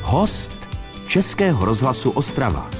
Host Českého rozhlasu Ostrava.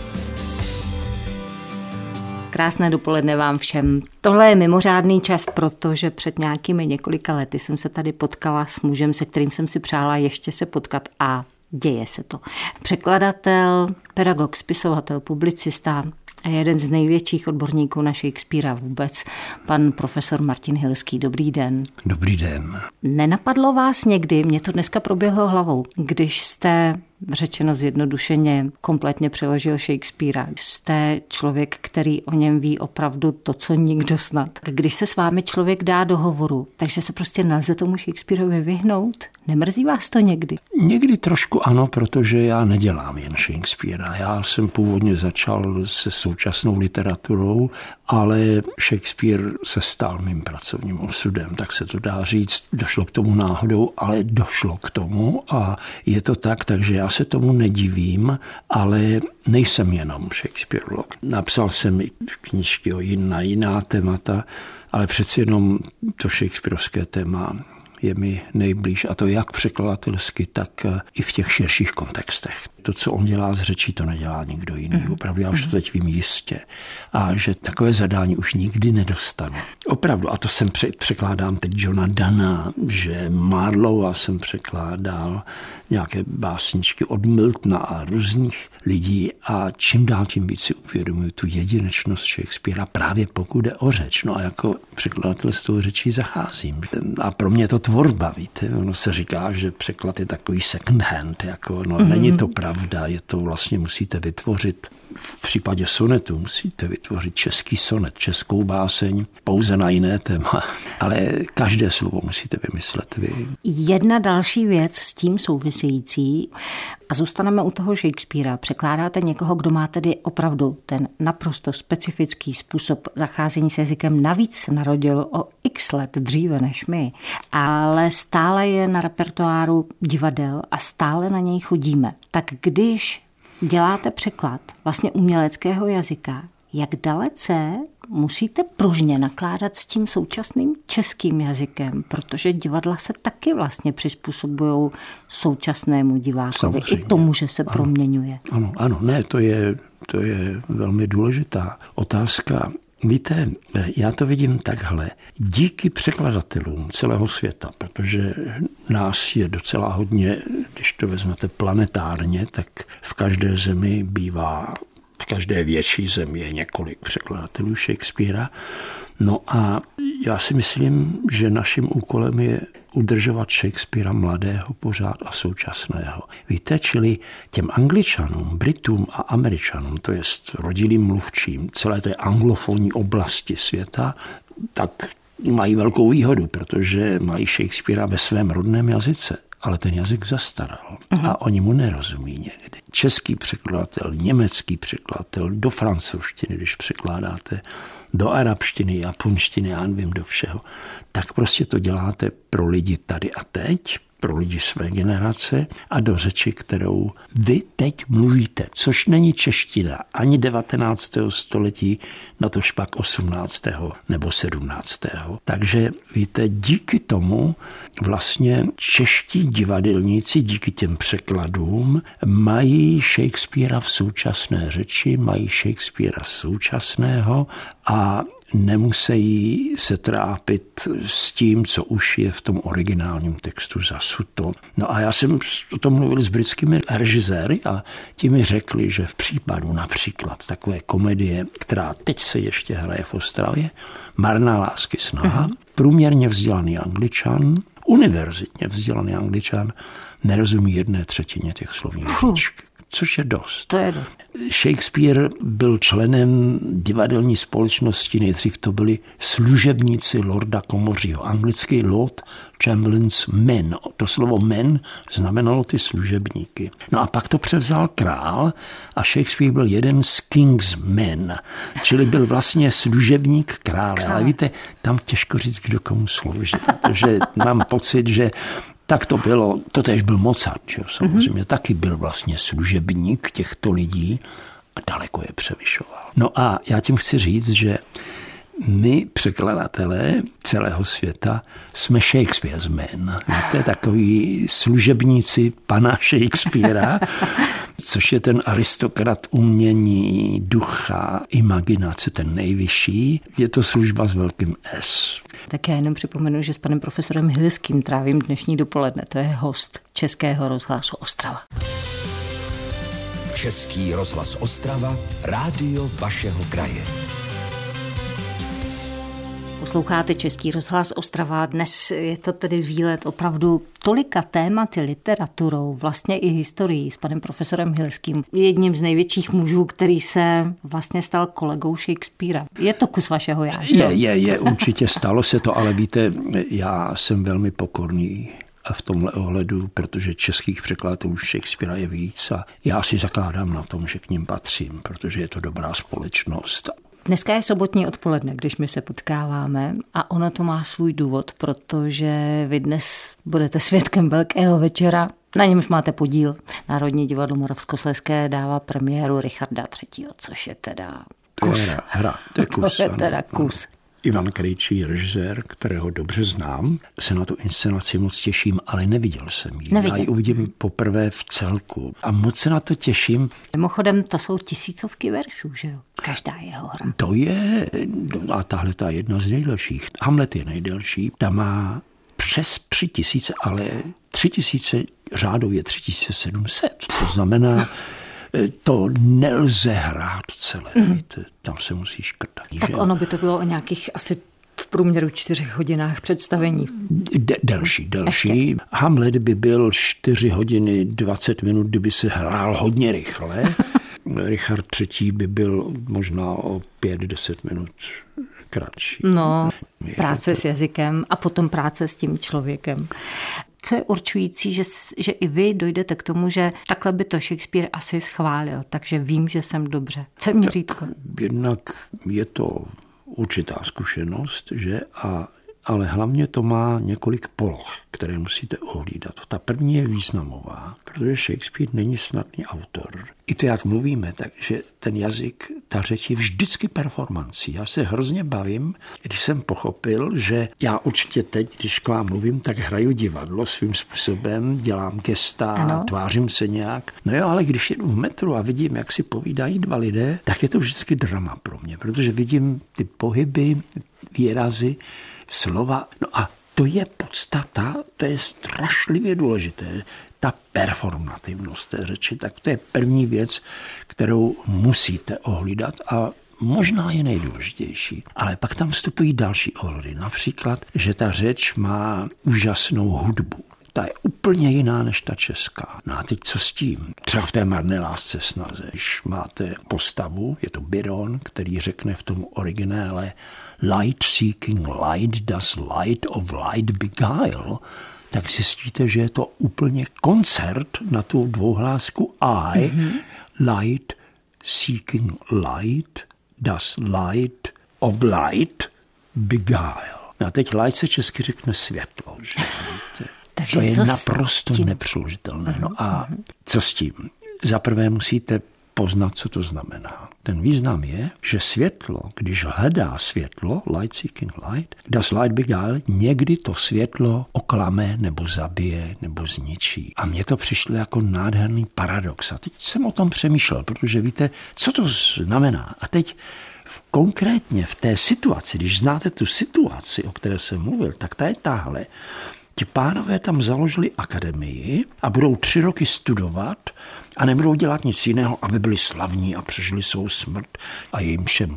Krásné dopoledne vám všem. Tohle je mimořádný čas, protože před nějakými několika lety jsem se tady potkala s mužem, se kterým jsem si přála ještě se potkat a děje se to. Překladatel, pedagog, spisovatel, publicista a jeden z největších odborníků na Shakespearea vůbec, pan profesor Martin Hilský. Dobrý den. Dobrý den. Nenapadlo vás někdy, mě to dneska proběhlo hlavou, když jste, řečeno zjednodušeně, kompletně přeložil Shakespearea. Jste člověk, který o něm ví opravdu to, co nikdo snad. Když se s vámi člověk dá do hovoru, takže se prostě nelze tomu Shakespearovi vyhnout? Nemrzí vás to někdy? Někdy trošku ano, protože já nedělám jen Shakespearea. Já jsem původně začal se současnou literaturou, ale Shakespeare se stal mým pracovním osudem, tak se to dá říct. Došlo k tomu náhodou, ale došlo k tomu a je to tak, takže já se tomu nedivím, ale nejsem jenom Shakespeareolog. Napsal jsem knížky na jiná témata, ale přeci jenom to shakespearovské téma je mi nejblíž, a to jak překladatelsky, tak i v těch širších kontextech. To, co on dělá z řečí, to nedělá nikdo jiný. Opravdu, já už to teď vím jistě. A že takové zadání už nikdy nedostanu. Opravdu, a to jsem překládám teď Johna Dana, že Marlowa jsem překládal, nějaké básničky od Miltona a různých lidí a čím dál tím víc si uvědomuji tu jedinečnost Shakespearea, právě pokud jde o řeč. No a jako překladatel s tou řečí zacházím. A pro mě to tvorba, víte, ono se říká, že překlad je takový second hand, jako není to pravda, je to vlastně musíte vytvořit, v případě sonetu musíte vytvořit český sonet, českou báseň, pouze na jiné téma, ale každé slovo musíte vymyslet vy. Jedna další věc s tím související, a zůstaneme u toho Shakespearea. Překládáte někoho, kdo má tedy opravdu ten naprosto specifický způsob zacházení s jazykem, navíc se narodil o x let dříve než my, ale stále je na repertoáru divadel a stále na něj chodíme. Tak když děláte překlad vlastně uměleckého jazyka, jak dalece musíte pružně nakládat s tím současným českým jazykem, protože divadla se taky vlastně přizpůsobují současnému divákovi. Samozřejmě. I tomu, že se proměňuje. Ano, ne, to je velmi důležitá otázka. Víte, já to vidím takhle. Díky překladatelům celého světa, protože nás je docela hodně, když to vezmete planetárně, tak v každé zemi bývá, v každé větší zemi je několik překladatelů Shakespearea. No a já si myslím, že naším úkolem je udržovat Shakespearea mladého pořád a současného. Víte, čili těm Angličanům, Britům a Američanům, to jest rodilým mluvčím celé té anglofonní oblasti světa, tak mají velkou výhodu, protože mají Shakespearea ve svém rodném jazyce. Ale ten jazyk zastaral a oni mu nerozumí někdy. Český překladatel, německý překladatel, do francouzštiny, když překládáte, do arabštiny, japonštiny, já nevím, do všeho, tak prostě to děláte pro lidi tady a teď, pro lidi své generace a do řeči, kterou vy teď mluvíte, což není čeština ani 19. století, natož pak 18. nebo 17. Takže víte, díky tomu vlastně čeští divadelníci, díky těm překladům, mají Shakespearea v současné řeči, mají Shakespearea současného a nemusí se trápit s tím, co už je v tom originálním textu zasuto. No a já jsem o tom mluvil s britskými režiséry a ti mi řekli, že v případu například takové komedie, která teď se ještě hraje v Ostravě, Marná lásky snaha, průměrně vzdělaný Angličan, univerzitně vzdělaný Angličan, nerozumí 1/3 těch slovních říček. Což je dost. To je dost. Shakespeare byl členem divadelní společnosti, nejdřív to byli služebníci lorda Komořího, anglický Lord Chamberlain's men. To slovo men znamenalo ty služebníky. No a pak to převzal král a Shakespeare byl jeden z King's men, čili byl vlastně služebník krále. Ale víte, tam těžko říct, kdo komu slouží, protože mám pocit, že tak to bylo, to též byl Mozart, že? Samozřejmě taky byl vlastně služebník těchto lidí a daleko je převyšoval. No a já tím chci říct, že My, překladatelé celého světa, jsme Shakespeare's men. Víte, takový služebníci pana Shakespearea, což je ten aristokrat umění, ducha, imaginace, ten nejvyšší. Je to služba s velkým S. Tak já jenom připomenu, že s panem profesorem Hilským trávím dnešní dopoledne. To je host Českého rozhlasu Ostrava. Český rozhlas Ostrava, rádio vašeho kraje. Posloucháte Český rozhlas Ostrava. Dnes je to tedy výlet opravdu tolika tématy, literaturou, vlastně i historií s panem profesorem Hilským. Jedním z největších mužů, který se vlastně stal kolegou Shakespearea. Je to kus vašeho já, že? Je, určitě stalo se to, ale víte, já jsem velmi pokorný a v tomhle ohledu, protože českých překladatelů Shakespearea je víc a já si zakládám na tom, že k ním patřím, protože je to dobrá společnost. Dneska je sobotní odpoledne, když my se potkáváme a ono to má svůj důvod, protože vy dnes budete svědkem velkého večera, na němž máte podíl. Národní divadlo Moravskoslezské dává premiéru Richarda III., což je teda kus. To je kus. To je teda kus. Ivan Krejčí, režisér, kterého dobře znám, se na tu inscenaci moc těším, ale neviděl jsem ji. Já ji uvidím poprvé v celku a moc se na to těším. Mimochodem, to jsou tisícovky veršů, že jo? Každá jeho hra. To je, a tahle ta jedna z nejdelších. Hamlet je nejdelší, ta má přes 3000, ale 3000 řádově 3700. To znamená, to nelze hrát celé. Víte, tam se musí škrtat. Tak ono by to bylo o nějakých asi v průměru 4 hodinách představení. Delší. Ještě. Hamlet by byl 4 hodiny 20 minut, kdyby se hrál hodně rychle. Richard III. By byl možná o 5-10 minut kratší. No, práce s jazykem a potom práce s tím člověkem. Co je určující, že i vy dojdete k tomu, že takhle by to Shakespeare asi schválil, takže vím, že jsem dobře. Co mě říct? Jednak je to určitá zkušenost, že? Ale hlavně to má několik poloh, které musíte ohlídat. Ta první je významová, protože Shakespeare není snadný autor. I to, jak mluvíme, takže ten jazyk, ta řeč je vždycky performancí. Já se hrozně bavím, když jsem pochopil, že já určitě teď, když k vám mluvím, tak hraju divadlo svým způsobem, dělám gesta, ano. Tvářím se nějak. No jo, ale když jedu v metru a vidím, jak si povídají dva lidé, tak je to vždycky drama pro mě, protože vidím ty pohyby, výrazy, slova. No a to je podstata, to je strašlivě důležité, ta performativnost té řeči. Tak to je první věc, kterou musíte ohlídat a možná je nejdůležitější. Ale pak tam vstupují další ohledy. Například, že ta řeč má úžasnou hudbu. Ta je úplně jiná než ta česká. No a teď co s tím? Třeba v té Marné lásce snaze, když máte postavu, je to Byron, který řekne v tom originále light seeking light, does light of light beguile, tak zjistíte, že je to úplně koncert na tu dvouhlásku I. Light seeking light, does light of light beguile. No a teď light se česky řekne světlo, že víte? Takže to je naprosto nepřeložitelné. No a co s tím? Za prvé musíte poznat, co to znamená. Ten význam je, že světlo, když hledá světlo, light seeking light, does light beguile, někdy to světlo oklame, nebo zabije, nebo zničí. A mně to přišlo jako nádherný paradox. A teď jsem o tom přemýšlel, protože víte, co to znamená. A teď konkrétně v té situaci, když znáte tu situaci, o které jsem mluvil, tak ta je tahle. Ti pánové tam založili akademii a budou 3 roky studovat a nebudou dělat nic jiného, aby byli slavní a přežili svou smrt a jim všem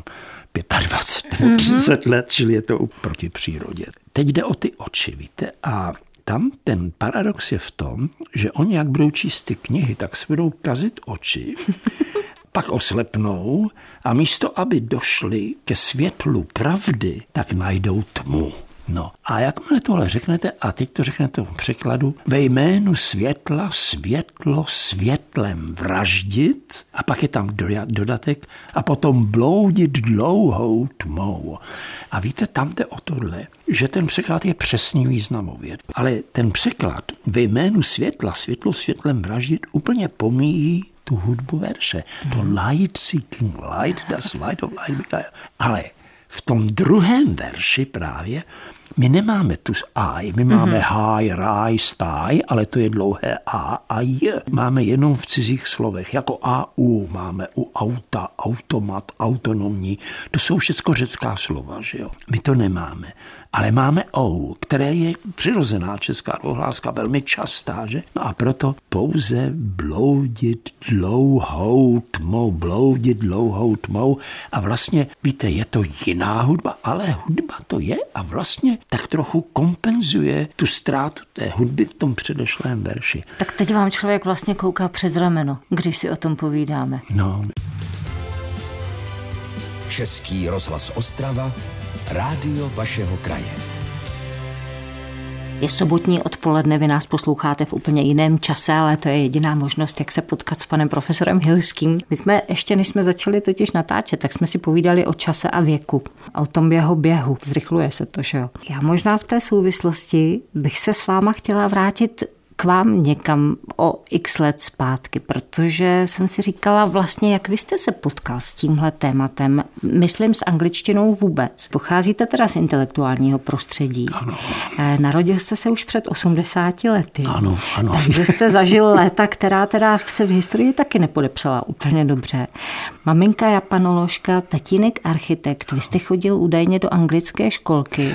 25 nebo 30 let, čili je to proti přírodě. Teď jde o ty oči, víte, a tam ten paradox je v tom, že oni, jak budou číst ty knihy, tak se budou kazit oči, pak oslepnou a místo, aby došli ke světlu pravdy, tak najdou tmu. No a jakmile tohle řeknete, a teď to řeknete v překladu, ve jménu světla světlo světlem vraždit, a pak je tam dodatek, a potom bloudit dlouhou tmou. A víte, tam jde o tohle, že ten překlad je přesný významově. Ale ten překlad ve jménu světla světlo světlem vraždit úplně pomíjí tu hudbu verše. To light seeking light, does light of light beguile. Ale v tom druhém verši právě my nemáme tu I, my máme háj, ráj, stáj, ale to je dlouhé a j. Máme jenom v cizích slovech, jako a, u, máme u auta, automat, autonomní. To jsou všechno řecká slova, že jo? My to nemáme. Ale máme ou, které je přirozená česká dvouhláska, velmi častá, že? No a proto pouze bloudit dlouhou tmou. A vlastně, víte, je to jiná hudba, ale hudba to je a vlastně tak trochu kompenzuje tu ztrátu té hudby v tom předešlém verši. Tak teď vám člověk vlastně kouká přes rameno, když si o tom povídáme. No. Český rozhlas Ostrava, rádio vašeho kraje. Je sobotní odpoledne, vy nás posloucháte v úplně jiném čase, ale to je jediná možnost, jak se potkat s panem profesorem Hilským. My jsme ještě, než jsme začali totiž natáčet, tak jsme si povídali o čase a věku, o tom jeho běhu. Zrychluje se to, že jo. Já možná v té souvislosti bych se s váma chtěla vrátit k vám někam o x let zpátky, protože jsem si říkala vlastně, jak vy jste se potkal s tímhle tématem, myslím s angličtinou vůbec. Pocházíte teda z intelektuálního prostředí. Ano. Narodil jste se už před 80 lety. Ano. Takže jste zažil léta, která teda se v historii taky nepodepsala úplně dobře. Maminka japanoložka, tatínek architekt, vy jste chodil údajně do anglické školky.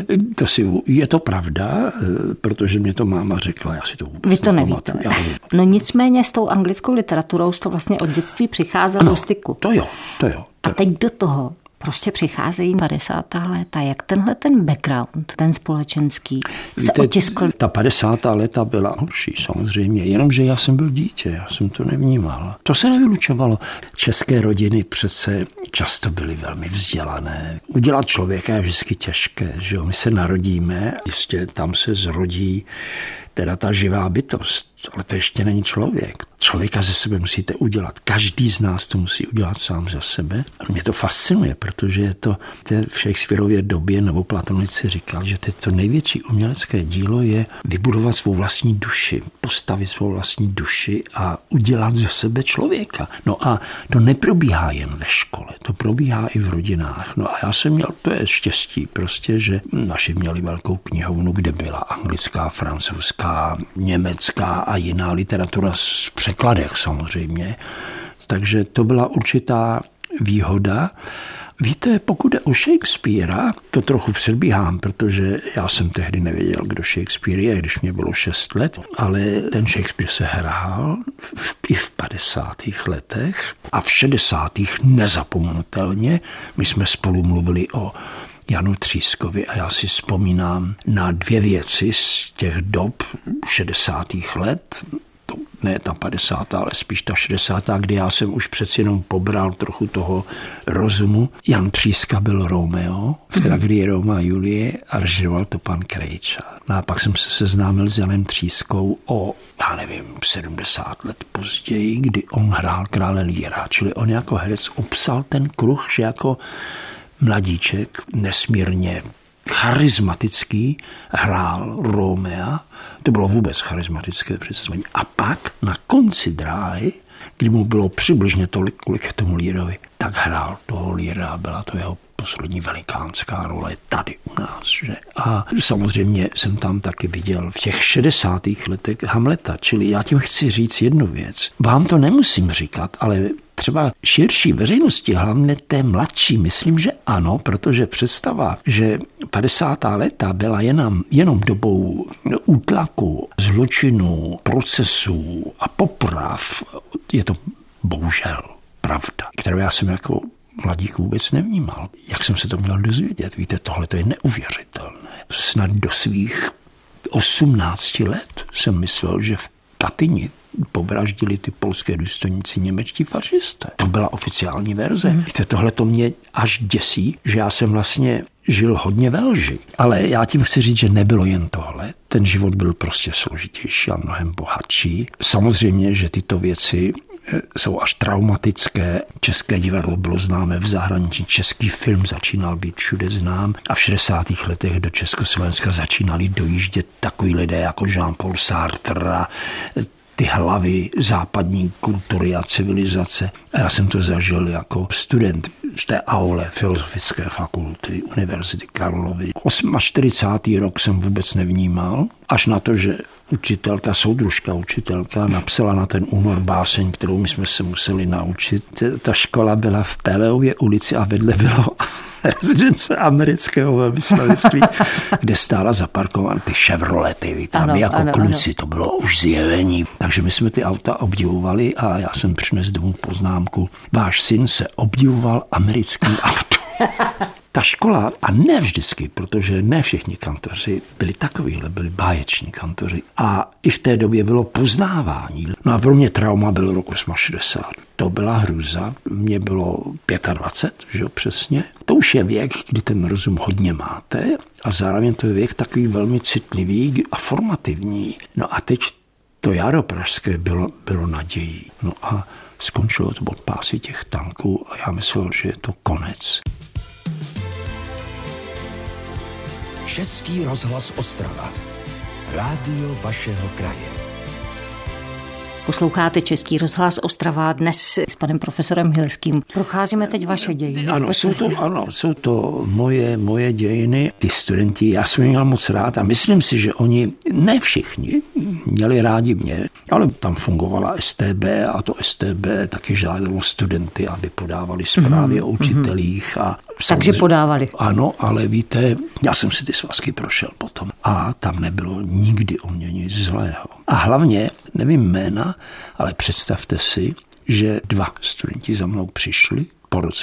Je to pravda, protože mě to máma řekla, já si to vůbec vy to nevíte. No nicméně s tou anglickou literaturou jste vlastně od dětství přicházel do styku. To jo. A teď do toho prostě přicházejí 50. léta. Jak tenhle ten background, ten společenský, se otiskl? Ta 50. léta byla horší samozřejmě, jenomže já jsem byl dítě, já jsem to nevnímal. To se nevylučovalo. České rodiny přece často byly velmi vzdělané. Udělat člověka je vždycky těžké, že jo? My se narodíme, jistě tam se zrodí teda ta živá bytost, ale to ještě není člověk. Člověka ze sebe musíte udělat. Každý z nás to musí udělat sám za sebe. A mě to fascinuje, protože je to v Shakespearově době, nebo Platonici říkal, že to největší umělecké dílo je vybudovat svou vlastní duši, postavit svou vlastní duši a udělat ze sebe člověka. No a to neprobíhá jen ve škole, to probíhá i v rodinách. No a já jsem měl to štěstí prostě, že naši měli velkou knihovnu, kde byla anglická, francouzská, německá a jiná literatura v překladech samozřejmě. Takže to byla určitá výhoda. Víte, pokud je o Shakespearea, to trochu předbíhám, protože já jsem tehdy nevěděl, kdo Shakespeare je, když mě bylo 6 let, ale ten Shakespeare se hrál i v 50. letech a v 60. nezapomenutelně. My jsme spolu mluvili o Janu Třískovi a já si vzpomínám na 2 věci z těch dob 60. let, ne ta 50., ale spíš ta 60., kdy já jsem už přeci jenom pobral trochu toho rozumu. Jan Tříska byl Romeo v tragédii Róma a Julie a režíroval to pan Krejča. No a pak jsem se seznámil s Janem Třískou o, 70 let později, kdy on hrál krále Leara, čili on jako herec obsal ten kruh, že jako mladíček nesmírně charismatický hrál Romea. To bylo vůbec charismatické představení. A pak na konci dráhy, kdy mu bylo přibližně tolik, kolik je tomu Learovi, tak hrál toho Leara. Byla to jeho poslední velikánská role tady u nás. Že? A samozřejmě jsem tam taky viděl v těch 60. letech Hamleta. Čili já tím chci říct jednu věc. Vám to nemusím říkat, ale třeba širší veřejnosti, hlavně té mladší, myslím, že ano, protože představa, že 50. léta byla jenom dobou útlaku, zločinu, procesů a poprav, je to bohužel pravda, kterou já jsem jako mladík vůbec nevnímal. Jak jsem se to měl dozvědět? Víte, tohle to je neuvěřitelné. Snad do svých 18 let jsem myslel, že v Katyni povraždili ty polské důstojníci němečtí fašisté. To byla oficiální verze. Víte, tohle to mě až děsí, že já jsem vlastně žil hodně ve lži. Ale já tím chci říct, že nebylo jen tohle. Ten život byl prostě složitější a mnohem bohatší. Samozřejmě, že tyto věci jsou až traumatické. České divadlo bylo známé v zahraničí, český film začínal být všude znám a v 60. letech do Československa začínali dojíždět takový lidé jako Jean-Paul Sartre a ty hlavy západní kultury a civilizace. A já jsem to zažil jako student z té aule Filozofické fakulty Univerzity Karlovy. 48. rok jsem vůbec nevnímal, až na to, že soudružka učitelka napsala na ten únor báseň, kterou my jsme se museli naučit. Ta škola byla v Péleově ulici a vedle bylo rezidence amerického velvyslanectví, kde stála zaparkovaná ty Chevrolety. Tam jako kluci, to bylo už zjevení. Takže my jsme ty auta obdivovali a já jsem přinesl domů poznámku. Váš syn se obdivoval americkým autem. Ta škola, a ne vždycky, protože ne všichni kantoři byli takovýhle, byli báječní kantoři. A i v té době bylo poznávání. No a pro mě trauma bylo roku 60. To byla hrůza. Mně bylo 25, že jo, přesně. To už je věk, kdy ten rozum hodně máte a zároveň to je věk takový velmi citlivý a formativní. No a teď to jaro pražské bylo nadějí. No a skončilo to od pásy těch tanků a já myslel, že je to konec. Český rozhlas Ostrava. Rádio vašeho kraje. Posloucháte Český rozhlas Ostrava dnes s panem profesorem Hilským. Procházíme teď vaše dějiny. Ano, jsou to moje dějiny. Ty studenti, já jsem měl moc rád a myslím si, že oni, ne všichni, měli rádi mě, ale tam fungovala STB a to STB taky žádalo studenty, aby podávali zprávy o učitelích. Takže podávali. Ano, ale víte, já jsem si ty svazky prošel potom a tam nebylo nikdy o mě nic zlého. A hlavně, nevím jména, ale představte si, že 2 studenti za mnou přišli po roce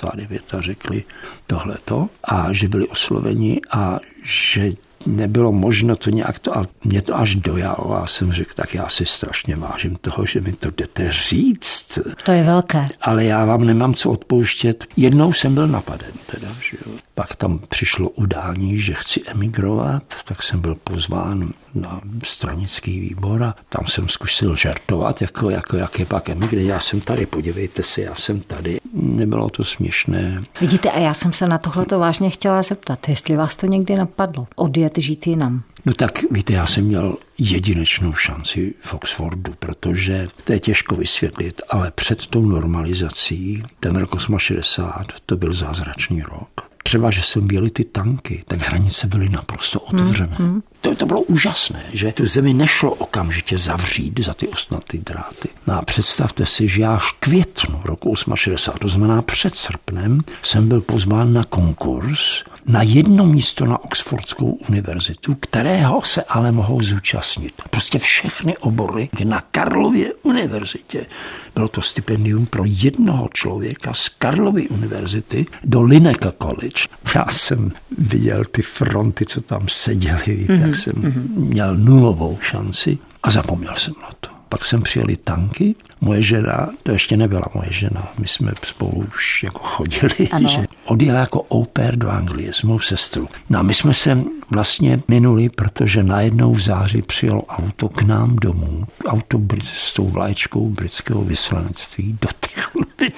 89 a řekli tohleto a že byli osloveni a že nebylo možno to nějak to, ale mě to až dojalo a jsem řekl, tak já si strašně vážím toho, že mi to jdete říct. To je velké. Ale já vám nemám co odpouštět. Jednou jsem byl napaden teda, že jo. Pak tam přišlo udání, že chci emigrovat, tak jsem byl pozván na stranický výbor a tam jsem zkusil žartovat, jako jak je pak emigrant. Já jsem tady, podívejte se, já jsem tady. Nebylo to směšné. Vidíte, a já jsem se na tohleto vážně chtěla zeptat, jestli vás to někdy napadlo, odjet žít jinam. No tak víte, já jsem měl jedinečnou šanci v Oxfordu, protože to je těžko vysvětlit, ale před tou normalizací, ten rok 68, to byl zázračný rok. Třeba, že sem byly ty tanky, tak hranice byly naprosto otevřené. To bylo úžasné, že tu zemi nešlo okamžitě zavřít za ty ostnaté dráty. No a představte si, že já v květnu roku 68, to znamená před srpnem, jsem byl pozván na konkurs na jedno místo na Oxfordskou univerzitu, kterého se ale mohou zúčastnit. Prostě všechny obory na Karlově univerzitě. Bylo to stipendium pro jednoho člověka z Karlovy univerzity do Lincoln College. Já jsem viděl ty fronty, co tam seděli, víte, jak jsem měl nulovou šanci a zapomněl jsem na to. Pak sem přijeli tanky, moje žena, to ještě nebyla moje žena, my jsme spolu už jako chodili, že odjela jako au pair do Anglie s mou sestrou. No a my jsme se vlastně minuli, protože najednou v září přijelo auto k nám domů, auto s tou vlaječkou britského vyslanectví do těch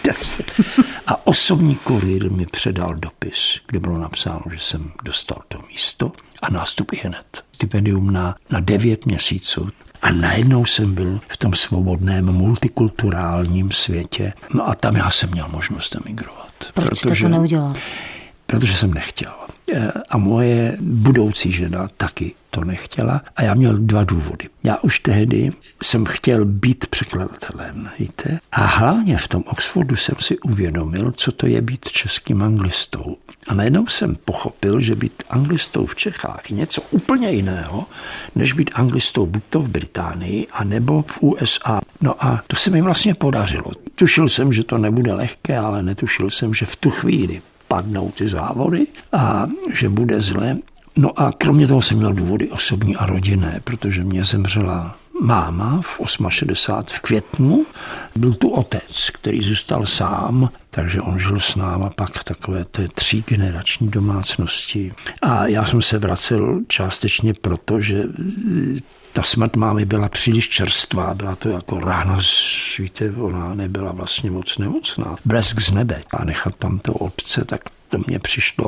a osobní kurýr mi předal dopis, kde bylo napsáno, že jsem dostal to místo a nástup hned. Stipendium na 9 měsíců. A najednou jsem byl v tom svobodném multikulturálním světě. No a tam já jsem měl možnost emigrovat. Proč jste to neudělal? Protože jsem nechtěl. A moje budoucí žena taky to nechtěla. A já měl 2 důvody. Já už tehdy jsem chtěl být překladatelem, víte? A hlavně v tom Oxfordu jsem si uvědomil, co to je být českým anglistou. A najednou jsem pochopil, že být anglistou v Čechách je něco úplně jiného, než být anglistou buď to v Británii, anebo v USA. No a to se mi vlastně podařilo. Tušil jsem, že to nebude lehké, ale netušil jsem, že v tu chvíli padnou ty závody a že bude zle. No a kromě toho jsem měl důvody osobní a rodinné, protože mě zemřela máma v 68 v květnu. Byl tu otec, který zůstal sám, takže on žil s náma pak takové té 3generační domácnosti. A já jsem se vracel částečně proto, že ta smrt mámy byla příliš čerstvá, byla to jako rána, víte, ona nebyla vlastně moc nemocná. Blesk z nebe a nechat tam toho otce, tak to mně přišlo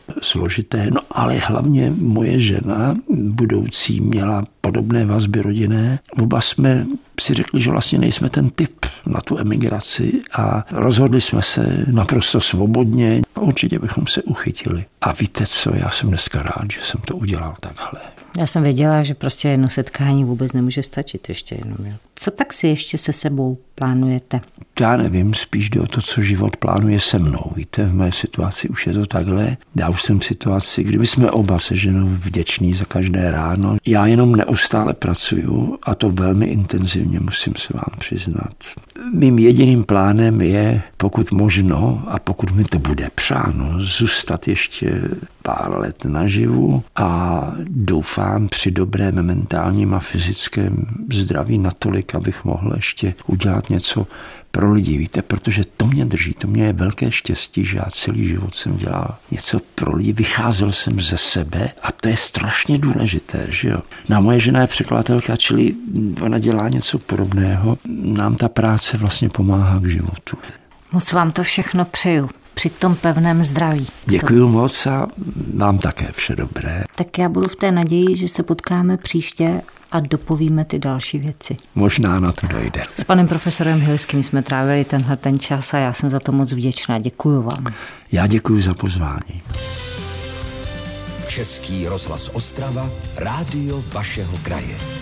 složité. No ale hlavně moje žena budoucí měla podobné vazby rodinné. Oba jsme si řekli, že vlastně nejsme ten typ na tu emigraci a rozhodli jsme se naprosto svobodně. Určitě bychom se uchytili. A víte co, já jsem dneska rád, že jsem to udělal takhle. Já jsem věděla, že prostě jedno setkání vůbec nemůže stačit ještě jenom. Jo. Co tak si ještě se sebou plánujete? Já nevím, spíš jde o to, co život plánuje se mnou. Víte, v mé situaci už je to takhle. Já už jsem v situaci, kdyby jsme oba se ženou vděční za každé ráno. Já jenom neustále pracuju a to velmi intenzivně, musím se vám přiznat. Mým jediným plánem je, pokud možno a pokud mi to bude přáno, zůstat ještě pár let naživu a doufám při dobrém mentálním a fyzickém zdraví natolik, abych mohl ještě udělat něco pro lidi, víte, protože to mě drží, to mě je velké štěstí, že já celý život jsem dělal něco pro lidi, vycházel jsem ze sebe a to je strašně důležité, že jo. No, moje žena je překladatelka, čili ona dělá něco podobného, nám ta práce vlastně pomáhá k životu. Moc vám to všechno přeju. Při tom pevném zdraví. Děkuju moc a vám také vše dobré. Tak já budu v té naději, že se potkáme příště a dopovíme ty další věci. Možná na to dojde. S panem profesorem Hilským jsme trávili ten čas a já jsem za to moc vděčná. Děkuju vám. Já děkuji za pozvání. Český rozhlas Ostrava, rádio vašeho kraje.